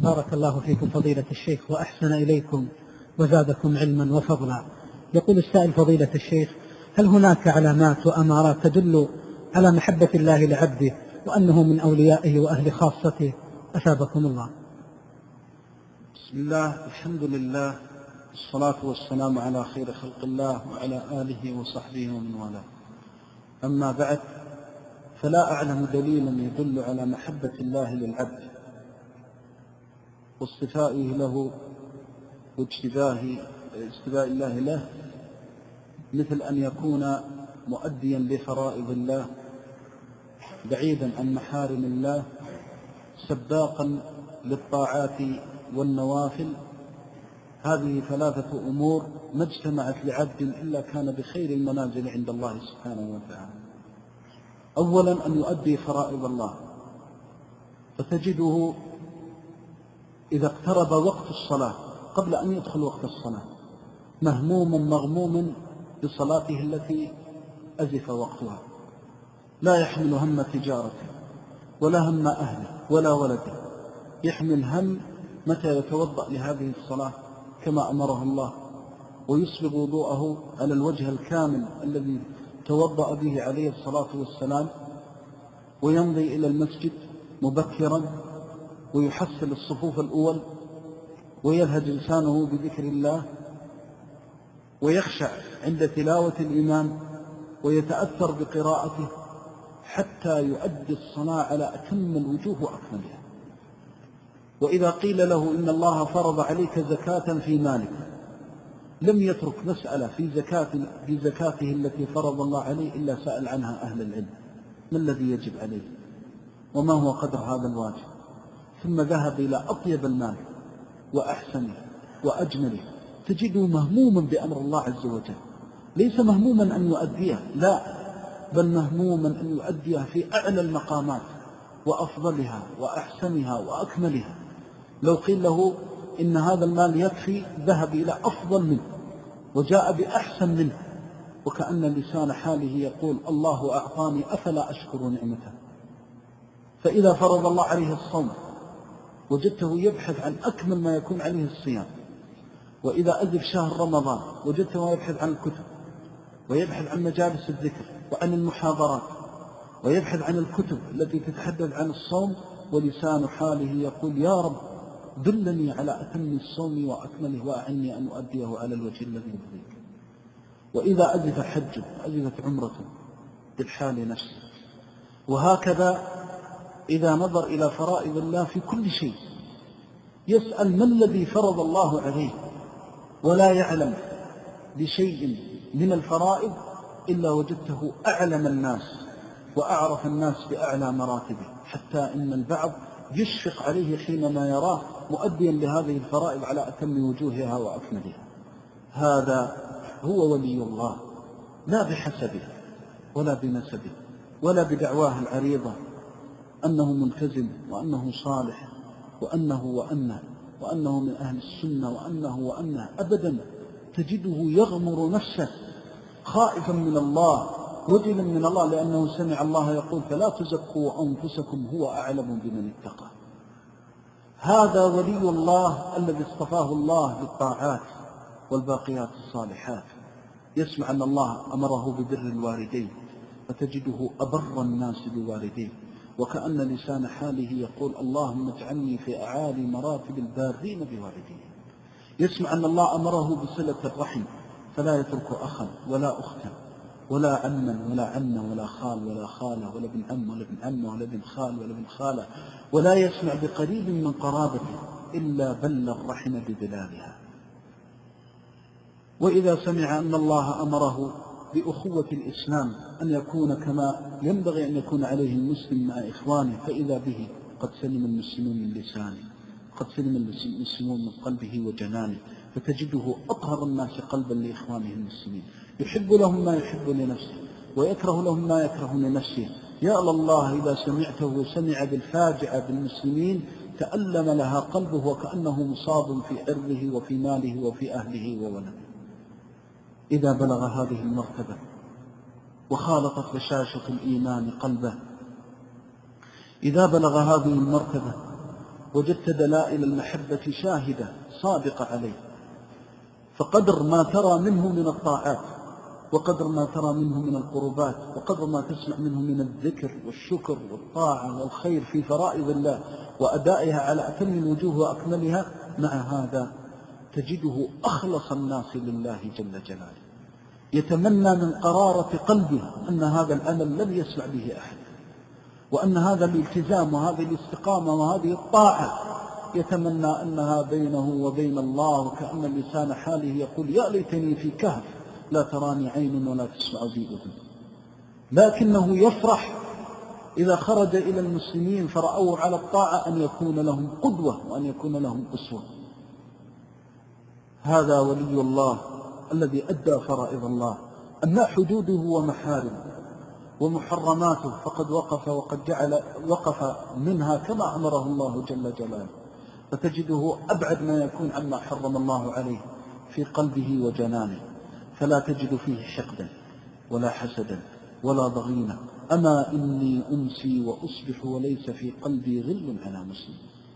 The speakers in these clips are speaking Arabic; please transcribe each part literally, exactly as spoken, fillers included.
بارك الله فيكم فضيلة الشيخ وأحسن إليكم وزادكم علما وفضلا. يقول السائل فضيلة الشيخ: هل هناك علامات وأمارات تدل على محبة الله لعبده وأنه من أوليائه وأهل خاصته؟ أثابكم الله. بسم الله، الحمد لله، الصلاة والسلام على خير خلق الله وعلى آله وصحبه ومن والاه. أما بعد، فلا أعلم دليلا يدل على محبة الله للعبد واصطفائه له واجتباه اجتباء الله له مثل أن يكون مؤديا لفرائض الله، بعيدا عن محارم الله، سباقا للطاعات والنوافل. هذه ثلاثة أمور ما اجتمعت لعبد إلا كان بخير المنازل عند الله سبحانه وتعالى. أولا أن يؤدي فرائض الله، فتجده إذا اقترب وقت الصلاة قبل أن يدخل وقت الصلاة مهموما مغموما بصلاته التي أزف وقتها، لا يحمل هم تجارته ولا هم أهله ولا ولده، يحمل هم متى يتوضأ لهذه الصلاة كما أمره الله، ويسبغ وضوءه على الوجه الكامل الذي توضأ به عليه الصلاة والسلام، ويمضي إلى المسجد مبكرا ويحصل الصفوف الأول، ويلهج لسانه بذكر الله، ويخشع عند تلاوة الإمام، ويتأثر بقراءته حتى يؤدي الصلاة على أتم الوجوه وأكملها. وإذا قيل له إن الله فرض عليك زكاة في مالك، لم يترك مسألة في زكاة في زكاته التي فرض الله عليه إلا سأل عنها أهل العلم: ما الذي يجب عليه وما هو قدر هذا الواجب؟ ثم ذهب إلى أطيب المال وأحسنه وأجمله، تجده مهموما بأمر الله عز وجل، ليس مهموما أن يؤديه، لا، بل مهموما أن يؤديه في أعلى المقامات وأفضلها وأحسنها وأكملها. لو قيل له إن هذا المال يكفي، ذهب إلى أفضل منه وجاء بأحسن منه، وكأن لسان حاله يقول: الله أعطاني أفلا أشكر نعمته. فإذا فرض الله عليه الصوم وجدته يبحث عن أكمل ما يكون عليه الصيام، وإذا أذب شهر رمضان وجدته يبحث عن الكتب ويبحث عن مجالس الذكر وعن المحاضرات ويبحث عن الكتب التي تتحدث عن الصوم، ولسان حاله يقول: يا رب دلني على أتم الصوم وأكمله وأعني أن أؤديه على الوجه الذي يرضيك. وإذا أزف حج أزفت عمرة بالحال نفسه. وهكذا إذا نظر إلى فرائض الله في كل شيء يسأل: ما الذي فرض الله عليه؟ ولا يعلم بشيء من الفرائض إلا وجدته أعلم الناس وأعرف الناس بأعلى مراتبه، حتى إن البعض يشفق عليه حينما يراه مؤديا لهذه الفرائض على أتم وجوهها وأكملها. هذا هو ولي الله، لا بحسبه ولا بنسبه ولا بدعواه العريضة أنه ملتزم وأنه صالح وأنه وأنه وأنه من أهل السنة وأنه وأنه، أبدا. تجده يغمر نفسه خائفا من الله وجلا من الله، لأنه سمع الله يقول: فلا تزكوا أنفسكم هو أعلم بمن اتقى. هذا ولي الله الذي اصطفاه الله بالطاعات والباقيات الصالحات. يسمع أن الله أمره ببر الوالدين فتجده أبر الناس بوالديه، وكأن لسان حاله يقول: اللهم اجعلني في أعالي مراتب البارين بوالديه. يسمع أن الله أمره بصلة الرحم فلا يترك أخا ولا أختا ولا عما ولا عمة ولا خال ولا خالة ولا ابن عم ولا ابن عمة ولا ابن خال ولا ابن خالة، ولا يسمع بقريب من قرابته إلا بل الرحم ببلادها. وإذا سمع أن الله أمره بأخوة الإسلام، أن يكون كما ينبغي أن يكون عليه المسلم مع إخوانه، فإذا به قد سلم المسلمون من لسانه، قد سلم المسلمون من قلبه وجنانه، فتجده أطهر الناس قلبا لإخوانه المسلمين، يحب لهم ما يحب لنفسه ويكره لهم ما يكره لنفسه. يا الله إذا سمعته سمع بالفاجعة بالمسلمين تألم لها قلبه وكأنه مصاب في عرضه وفي ماله وفي أهله وولده. إذا بلغ هذه المرتبة وخالطت بشاشة الإيمان قلبه، إذا بلغ هذه المرتبة وجدت دلائل المحبة شاهدة صادقة عليه. فقدر ما ترى منه من الطاعات، وقدر ما ترى منه من القربات، وقدر ما تسمع منه من الذكر والشكر والطاعة والخير في فرائض الله وأدائها على أتم الوجوه وأكملها، مع هذا تجده أخلص الناس لله جل جلاله، يتمنى من قرارة قلبه أن هذا العمل لم يسمع به أحد، وأن هذا الالتزام وهذه الاستقامة وهذه الطاعة يتمنى أنها بينه وبين الله، وكأن لسان حاله يقول يا ليتني في كهف لا تراني عين ولا تسمع بي أذن. لكنه يفرح إذا خرج إلى المسلمين فرأوا على الطاعة أن يكون لهم قدوة وأن يكون لهم أسوة. هذا ولي الله الذي أدى فرائض الله، أما حدوده ومحارمه ومحرماته فقد وقف وقد جعل وقف منها كما أمره الله جل جلاله، فتجده أبعد ما يكون عما حرم الله عليه في قلبه وجنانه، فلا تجد فيه حقدا ولا حسدا ولا ضغينة. أما إني أمسي وأصبح وليس في قلبي غل على مسلم.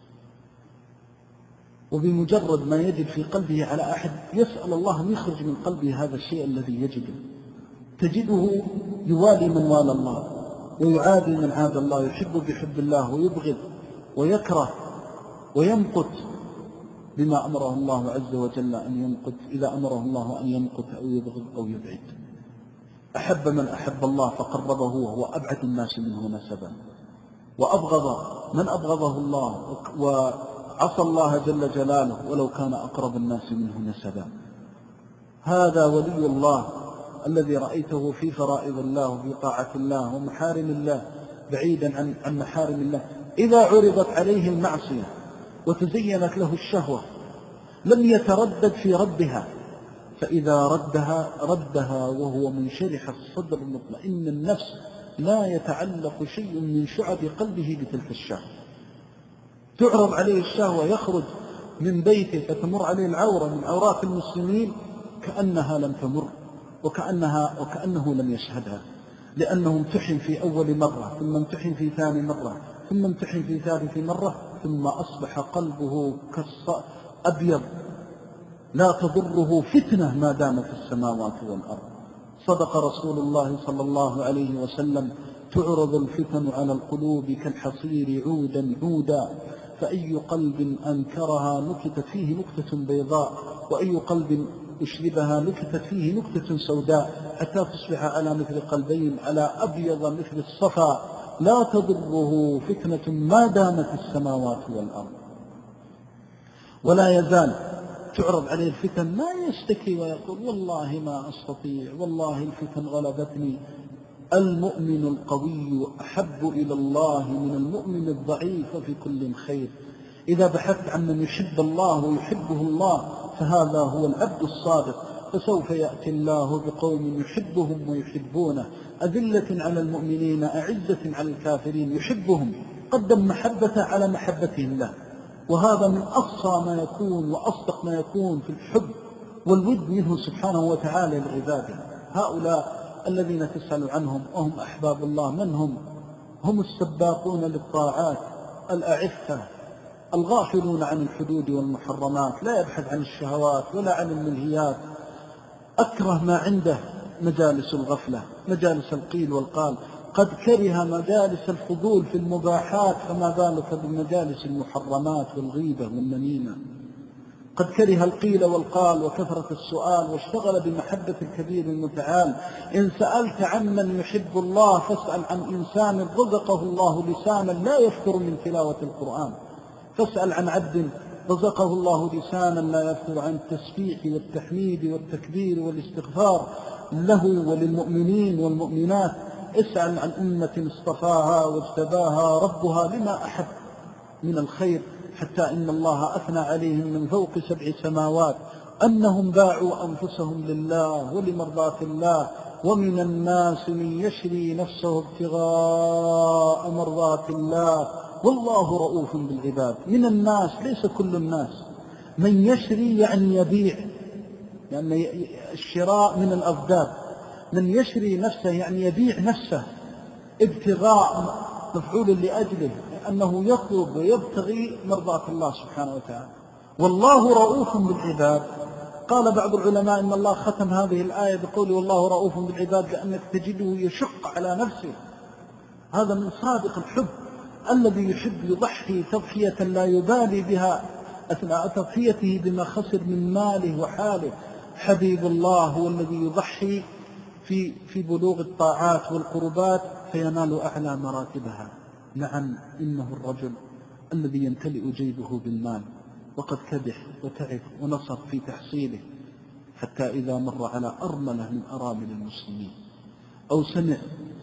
وبمجرد ما يجد في قلبه على أحد يسأل الله أن يخرج من قلبه هذا الشيء الذي يجده، تجده يوالي من والى الله ويعادي من عاد الله، يحب بحب الله ويبغض ويكره ويمقت بما أمره الله عز وجل أن يمقت، إذا أمره الله أن يمقت أو يبغض أو يبعد. أحب من أحب الله فقربه وهو أبعد الناس منه نسبا، وأبغض من أبغضه الله وعصى الله جل جلاله ولو كان أقرب الناس منه نسبا. هذا ولي الله الذي رأيته في فرائض الله وفي طاعة الله ومحارم الله بعيدا عن عن محارم الله. إذا عرضت عليه المعصية وتزينت له الشهوة لم يتردد في ردها، فإذا ردها ردها وهو منشرح الصدر مطمئن النفس، لا يتعلق شيء من شعب قلبه بتلك الشهوة. تعرض عليه الشهوة يخرج من بيته فتمر عليه العورة من عورات المسلمين كأنها لم تمر، وكأنها وكأنه لم يشهدها، لأنه امتحن في أول مرة، ثم امتحن في ثاني مرة، ثم امتحن في ثالث مرة، ثم أصبح قلبه كالأبيض لا تضره فتنة ما دام في السماوات والأرض. صدق رسول الله صلى الله عليه وسلم: تعرض الفتن على القلوب كالحصير عودا عودا، فأي قلب أنكرها نكتت فيه نكتة بيضاء، وأي قلب أشربها نكتت فيه نكتة سوداء، حتى تصبح على مثل قلبين على أبيض مثل الصفا، لا تضره فتنة ما دامت السماوات والأرض. ولا يزال تعرض عليه الفتن ما يشتكي ويقول والله ما أستطيع، والله الفتن غلبتني. المؤمن القوي أحب إلى الله من المؤمن الضعيف في كل خير. إذا بحثت عن من يحب الله ويحبه الله فهذا هو العبد الصادق، فسوف يأتي الله بقوم يحبهم ويحبونه، أذلة على المؤمنين أعزة على الكافرين، يحبهم، قدم محبة على محبته الله. وهذا من أقصى ما يكون وأصدق ما يكون في الحب والود منه سبحانه وتعالى لعباده. هؤلاء الذين تسأل عنهم وهم أحباب الله من هم؟ هم السباقون للطاعات الأعفة الغافلون عن الحدود والمحرمات، لا يبحث عن الشهوات ولا عن الملهيات. أكره ما عنده مجالس الغفلة، مجالس القيل والقال، قد كره مجالس الفضول في المباحات، فما بالك بمجالس المحرمات والغيبة والنميمة. قد كره القيل والقال وكثرة السؤال، واشتغل بمحبة الكبير المتعال. إن سألت عن من يحب الله فاسأل عن إنسان رزقه الله لسانا لا يفتر من تلاوة القرآن، فاسأل عن عبد رزقه الله لسانا لا يفتر عن التسبيح والتحميد والتكبير والاستغفار له وللمؤمنين والمؤمنات. اسأل عن أمة اصطفاها واجتباها ربها لما أحب من الخير، حتى إن الله أثنى عليهم من فوق سبع سماوات أنهم باعوا أنفسهم لله ولمرضاة الله. ومن الناس من يشري نفسه ابتغاء مرضاة الله والله رؤوف بالعباد. من الناس ليس كل الناس، من يشري يعني يبيع، يعني الشراء من الأضداد. من يشري نفسه يعني يبيع نفسه، ابتغاء مفعول لأجله، لأنه يطلب ويبتغي مرضاة الله سبحانه وتعالى. والله رؤوف بالعباد. قال بعض العلماء إن الله ختم هذه الآية بقوله والله رؤوف بالعباد لأنك تجده يشق على نفسه. هذا من صادق الحب الذي يحب يضحي تضحية لا يبالي بها أثناء تضحيته بما خسر من ماله وحاله. حبيب الله هو الذي يضحي في في بلوغ الطاعات والقربات فينال أعلى مراتبها. نعم إنه الرجل الذي يمتلئ جيبه بالمال وقد كدح وتعب ونصر في تحصيله، حتى إذا مر على أرملة من أرامل المسلمين أو سمع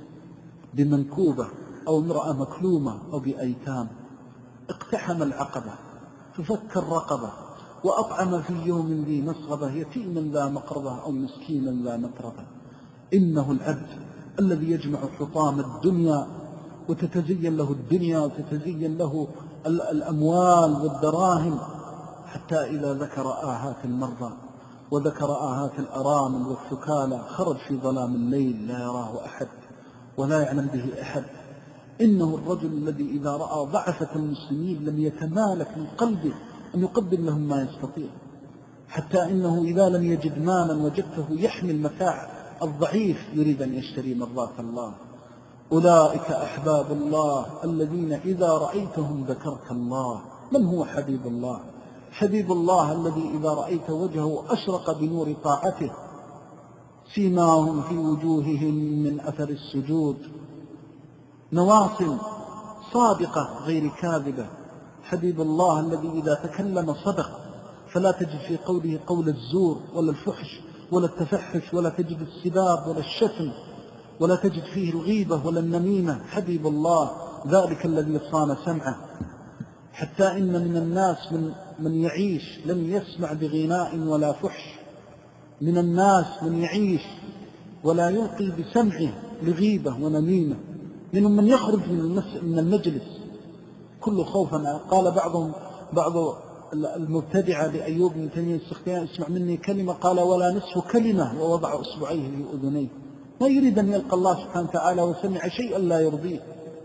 بمنكوبة أو امرأة مكلومة أو بأيتام اقتحم العقبة ففك الرقبة وأطعم في يوم ذي مسغبة يتيما ذا مقربة أو مسكينا ذا متربة. إنه العبد الذي يجمع حطام الدنيا وتتزين له الدنيا وتتزين له الأموال والدراهم، حتى إذا ذكر آهات المرضى وذكر آهات الأرامل والثكالى خرج في ظلام الليل لا يراه أحد ولا يعلم به أحد. إنه الرجل الذي إذا رأى ضعفة المسلمين لم يتمالك من قلبه أن يقدم لهم ما يستطيع، حتى إنه إذا لم يجد مالا وجدته يحمل متاع الضعيف يريد أن يشتري مرضاة الله. أولئك أحباب الله الذين إذا رأيتهم ذكرت الله. من هو حبيب الله؟ حبيب الله الذي إذا رأيت وجهه أشرق بنور طاعته، سيماهم في وجوههم من أثر السجود، نواصل صادقة غير كاذبة. حبيب الله الذي إذا تكلم صدق، فلا تجد في قوله قول الزور ولا الفحش ولا التفحش، ولا تجد السباب ولا الشتم، ولا تجد فيه الغيبة ولا النميمة. حبيب الله ذلك الذي صان سمعه، حتى إن من الناس من, من يعيش لم يسمع بغناء ولا فحش. من الناس من يعيش ولا يلقي بسمعه لغيبة ونميمة. منهم من يخرج من المجلس كل خوفا. قال بعضهم بعض المبتدعة لأيوب بن تيمية السختياني اسمع مني كلمة، قال ولا نصف كلمة، ووضع أصبعيه في أذنيه. ما يريد أن يلقى الله سبحانه وتعالى وسمع شيئا لا يرضيه.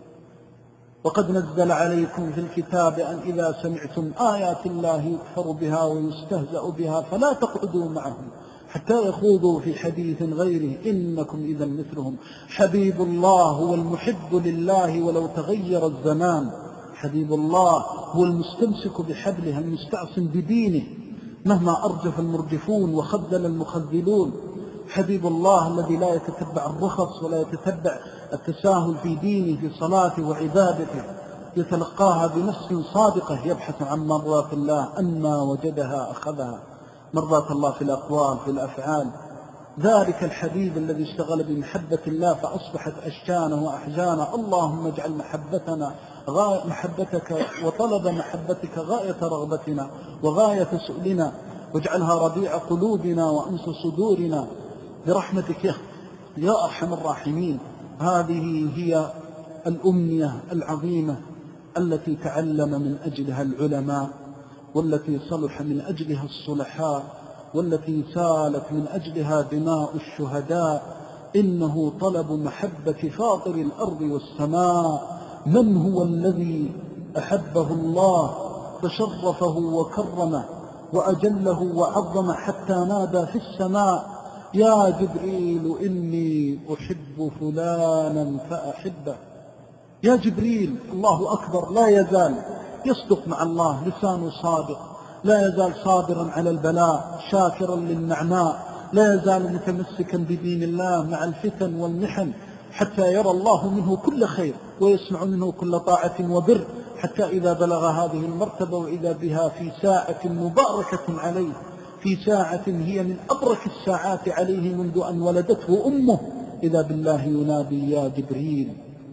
وقد نزل عليكم في الكتاب أن إذا سمعتم آيات الله يكفر بها ويستهزأ بها فلا تقعدوا معهم حتى يخوضوا في حديث غيره إنكم إذا مثلهم. حبيب الله هو المحب لله ولو تغير الزمان. حبيب الله هو المستمسك بحبله المستعصم بدينه مهما أرجف المرجفون وخذل المخذلون. حبيب الله الذي لا يتتبع الرخص ولا يتتبع التساهل في دينه في صلاته وعبادته، يتلقاها بنفس صادقة يبحث عن مرضاة الله، أما وجدها أخذها. مرضاة الله في الأقوال في الأفعال. ذلك الحبيب الذي اشتغل بمحبة الله فأصبحت أشجانه وأحزانه. اللهم اجعل محبتنا غاية محبتك وطلب محبتك غاية رغبتنا وغاية سؤلنا، واجعلها ربيع قلوبنا وأنس صدورنا برحمتك يا أرحم الراحمين. هذه هي الأمنية العظيمة التي تعلم من أجلها العلماء، والتي صلح من أجلها الصلحاء، والتي سالت من أجلها دماء الشهداء. إنه طلب محبة فاطر الأرض والسماء. من هو الذي أحبه الله فشرفه وكرمه وأجله وعظمه حتى نادى في السماء يا جبريل إني أحب فلانا فأحبه. يا جبريل الله أكبر، لا يزال يصدق مع الله، لسانه صادق، لا يزال صابرا على البلاء شاكرا للنعماء، لا يزال متمسكا بدين الله مع الفتن والمحن، حتى يرى الله منه كل خير ويسمع منه كل طاعة وبر، حتى إذا بلغ هذه المرتبة وإذا بها في ساعة مباركة عليه، في ساعة هي من أبرك الساعات عليه منذ أن ولدته أمه، إذا بالله ينادي يا جبريل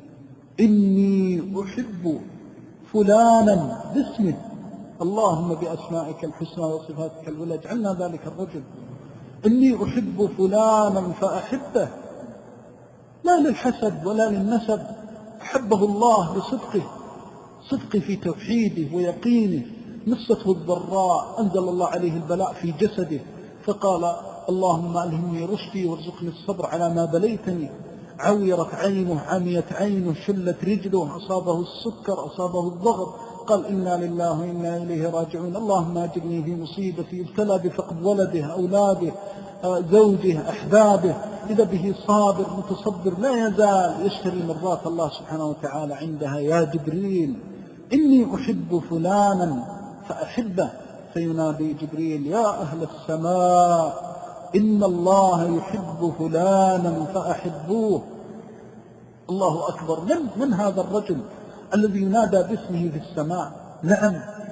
إني أحب فلانا باسمه. اللهم بأسمائك الحسنى وصفاتك العلى اجعلنا ذلك الرجل. إني أحب فلانا فأحبه، لا للحسد ولا للنسب، أحبه الله بصدقه، صدق في توحيده ويقينه. مسته الضراء أنزل الله عليه البلاء في جسده فقال اللهم ألهمني رشدي وارزقني الصبر على ما بليتني. عويرت عينه، عميت عينه، شلت رجله، أصابه السكر، أصابه الضغط، قال إنا لله وإنا إليه راجعون، اللهم أجرني في مصيبتي. ابتلى بفقد ولده، أولاده، زوجه، أحبابه، إذا به صابر متصبر لا يزال يشتري مرضات الله سبحانه وتعالى عندها. يا جبريل إني أحب فلانا فأحبه، فينادي جبريل يا أهل السماء إن الله يحب فلانا فأحبوه. الله أكبر. من, من هذا الرجل الذي ينادى باسمه في السماء؟ نعم،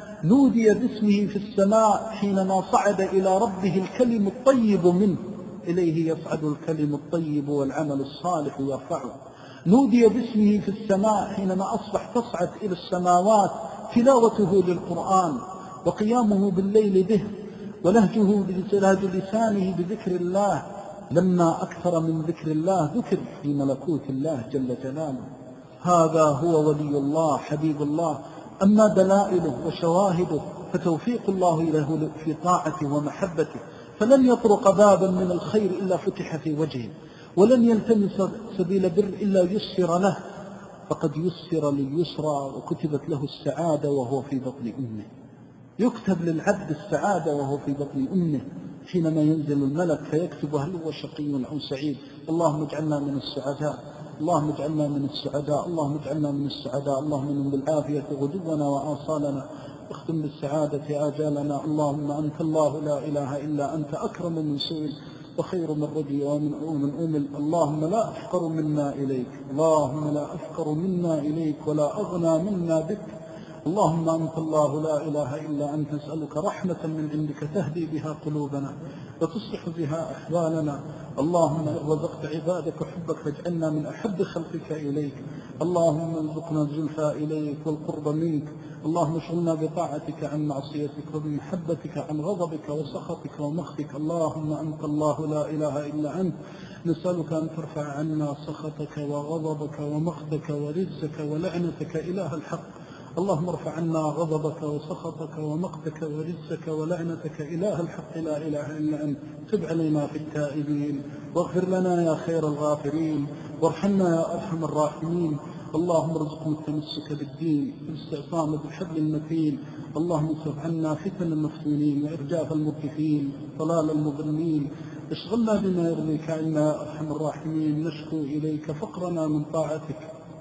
نودي باسمه في السماء حينما صعد إلى ربه الكلم الطيب منه، إليه يصعد الكلم الطيب والعمل الصالح يرفعه. نودي باسمه في السماء حينما أصبح تصعد إلى السماوات تلاوته للقرآن وقيامه بالليل به ولهجه بلهج لسانه بذكر الله. لما أكثر من ذكر الله ذكر في ملكوت الله جل جلاله. هذا هو ولي الله حبيب الله. أما دلائله وشواهده فتوفيق الله له في طاعته ومحبته، فلن يطرق بابا من الخير إلا فتح في وجهه، ولن يلتمس سبيل بر إلا يسر له، فقد يسر لليسرى وكتبت له السعادة وهو في بطن أمه. يكتب للعبد السعادة وهو في بطن أمه حينما ينزل الملك فيكتب هل هو شقي أو سعيد. اللهم اجعلنا من السعداء، اللهم اجعلنا من السعداء، اللهم اجعلنا من السعداء. اللهم من بالعافية غدونا وآصالنا، واختم بالسعادة آجالنا. اللهم أنت الله لا إله إلا أنت، أكرم من سئل وخير من رجي ومن ومن أمل. اللهم لا أفقر منا إليك، اللهم لا أفقر منا إليك ولا أغنى منا بك. اللهم أنت الله لا إله إلا أنت، نسألك رحمة من عندك تهدي بها قلوبنا وتصلح بها أحوالنا. اللهم إن رزقت عبادك حبك فاجعلنا من أحب خلقك إليك. اللهم ارزقنا الزلفى إليك والقرب منك. اللهم اشغلنا بطاعتك عن معصيتك وبمحبتك عن غضبك وسخطك ومخطك. اللهم أنت الله لا إله إلا أنت، نسألك أن ترفع عنا سخطك وغضبك ومخطك ورزك ولعنتك إله الحق. اللهم ارفع عنا غضبك وسخطك ومقتك ورزك ولعنتك إله الحق لا إله إلا أنت. تب علينا في التائبين، واغفر لنا يا خير الغافرين، وارحمنا يا أرحم الراحمين. اللهم ارزقنا التمسك بالدين والاستعصام بالحبل المتين. اللهم اصرف عنا فتن المفتونين وإرجاف المرتفين ضلال المضلين. اشغلنا بما يرضيك عنا يا أرحم الراحمين. نشكو إليك فقرنا من طاعتك،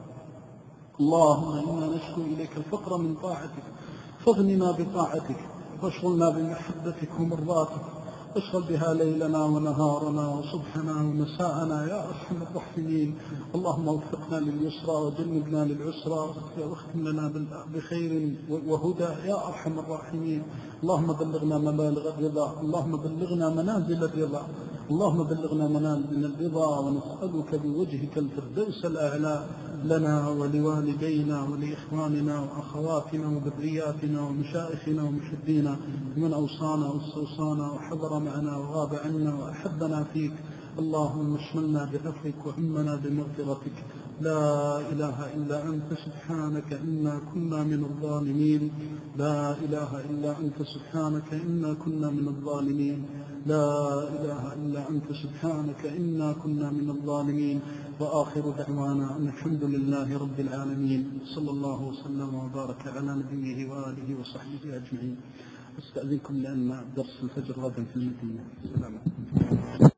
اللهم إنا نشكو إليك الفقر من طاعتك، فاغننا بطاعتك واشغلنا بمحبتك ومرضاتك، اشغل بها ليلنا ونهارنا وصبحنا ومساءنا يا أرحم الراحمين. اللهم وفقنا لليسرى وجنبنا للعسرى واختم لنا بخير وهدى يا أرحم الراحمين. اللهم بلغنا مبالغ الرضا، اللهم بلغنا منازل الرضا، اللهم بلغنا منازل الرضا، ونسألك بوجهك الفردوس الأعلى لنا ولوالدينا ولإخواننا وأخواتنا وذرياتنا ومشائخنا ومحبينا ومن أوصانا واستوصانا وحضر معنا وغاب عنا وأحبنا فيك. اللهم اشملنا بعفوك وعمنا بمغفرتك. لا إله إلا أنت سبحانك إنا كنا من الظالمين، لا إله إلا أنت سبحانك إنا كنا من الظالمين، لا إله إلا أنت سبحانك إنا كنا من الظالمين. وآخر دعوانا أن الحمد لله رب العالمين، صلى الله وسلم وبارك على نبيه وآله وصحبه أجمعين. أستأذنكم لأن درس الفجر غدا في المدينة. السلام عليكم.